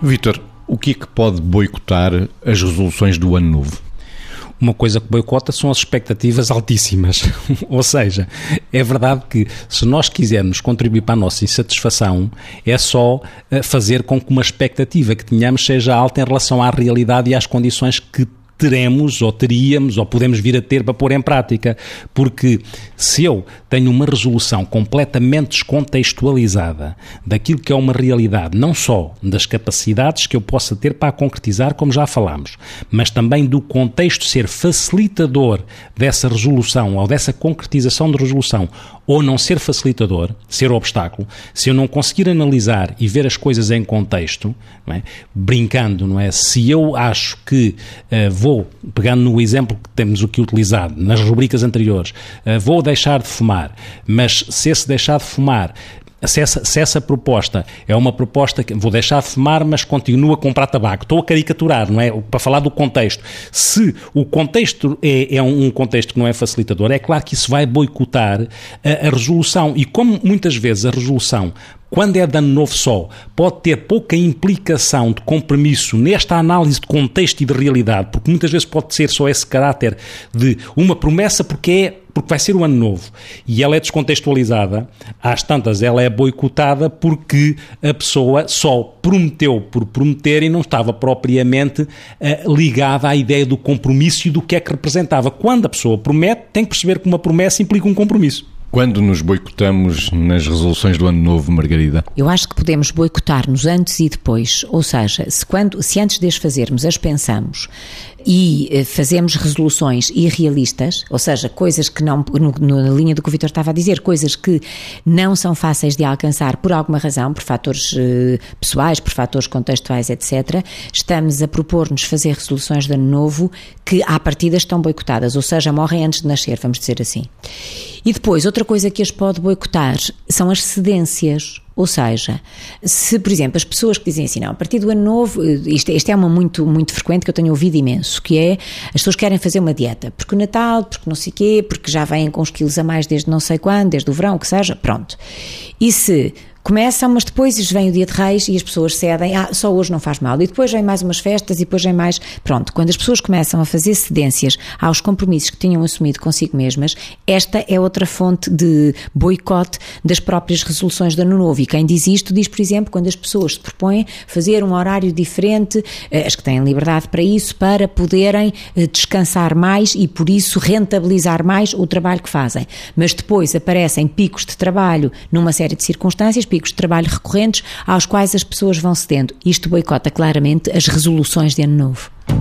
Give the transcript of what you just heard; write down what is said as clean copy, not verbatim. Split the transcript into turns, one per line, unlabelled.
Vítor, o que é que pode boicotar as resoluções do Ano Novo?
Uma coisa que boicota são as expectativas altíssimas. Ou seja, é verdade que se nós quisermos contribuir para a nossa insatisfação, é só fazer com que uma expectativa que tenhamos seja alta em relação à realidade e às condições que teremos, ou teríamos, ou podemos vir a ter para pôr em prática. Porque se eu tenho uma resolução completamente descontextualizada daquilo que é uma realidade, não só das capacidades que eu possa ter para a concretizar, como já falámos, mas também do contexto ser facilitador dessa resolução ou dessa concretização de resolução, ou não ser facilitador, ser obstáculo, se eu não conseguir analisar e ver as coisas em contexto, não é? Brincando, não é? Se eu acho que pegando no exemplo que temos aqui utilizado nas rubricas anteriores, vou deixar de fumar, mas se esse deixar de fumar, se essa proposta é uma proposta que vou deixar de fumar, mas continuo a comprar tabaco, estou a caricaturar, não é? Para falar do contexto. Se o contexto é um contexto que não é facilitador, é claro que isso vai boicotar a resolução. E como muitas vezes a resolução, quando é de ano novo só, pode ter pouca implicação de compromisso nesta análise de contexto e de realidade, porque muitas vezes pode ser só esse caráter de uma promessa porque vai ser o ano novo, e ela é descontextualizada, às tantas ela é boicotada porque a pessoa só prometeu por prometer e não estava propriamente ligada à ideia do compromisso e do que é que representava. Quando a pessoa promete, tem que perceber que uma promessa implica um compromisso.
Quando nos boicotamos nas resoluções do Ano Novo, Margarida?
Eu acho que podemos boicotar-nos antes e depois, ou seja, se antes de as fazermos as pensamos e fazemos resoluções irrealistas, ou seja, coisas que não, na linha do que o Vítor estava a dizer, coisas que não são fáceis de alcançar por alguma razão, por fatores pessoais, por fatores contextuais, etc., estamos a propor-nos fazer resoluções de Ano Novo que à partida estão boicotadas, ou seja, morrem antes de nascer, vamos dizer assim. E depois, outra coisa que as pode boicotar são as cedências. Ou seja, se, por exemplo, as pessoas que dizem assim, não, a partir do Ano Novo, isto é uma muito, muito frequente que eu tenho ouvido imenso, que é, as pessoas querem fazer uma dieta, porque o Natal, porque não sei o quê, porque já vêm com uns quilos a mais desde não sei quando, desde o verão, o que seja, pronto. E se começam, mas depois vem o dia de Reis e as pessoas cedem, só hoje não faz mal, e depois vem mais umas festas e depois vem mais, pronto, quando as pessoas começam a fazer cedências aos compromissos que tinham assumido consigo mesmas, esta é outra fonte de boicote das próprias resoluções do Ano Novo. E quem diz isto diz, por exemplo, quando as pessoas se propõem fazer um horário diferente, as que têm liberdade para isso, para poderem descansar mais e por isso rentabilizar mais o trabalho que fazem. Mas depois aparecem picos de trabalho numa série de circunstâncias, picos de trabalho recorrentes aos quais as pessoas vão cedendo. Isto boicota claramente as resoluções de Ano Novo.